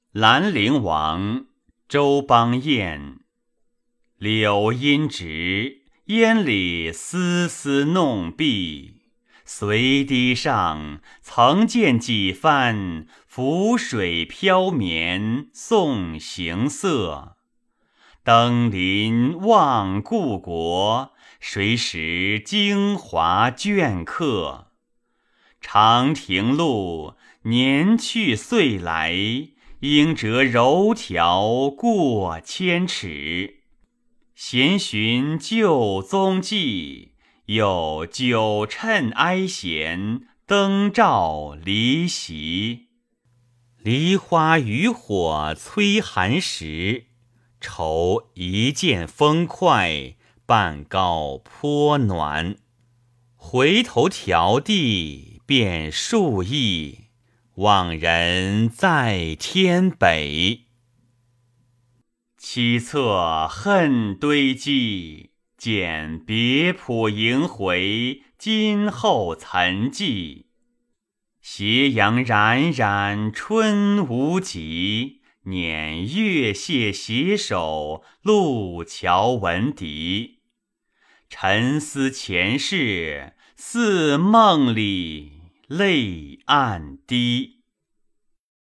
兰陵王周邦彦。柳阴直，烟里丝丝弄碧。随堤上，曾见几番浮水飘绵送行色。登临望故国，谁识京华镌刻？长亭路，年去岁来，应折柔条过千尺。闲寻旧踪迹，又久趁哀弦，灯照离席。梨花渔火催寒食，愁一见风快，半高颇暖。回头迢递便数亿，望人在天北。凄恻恨堆积，见别浦萦回，今后岑寂。斜阳冉冉春无极，捻月榭携手，路桥闻笛。沉思前世，似梦里泪暗滴。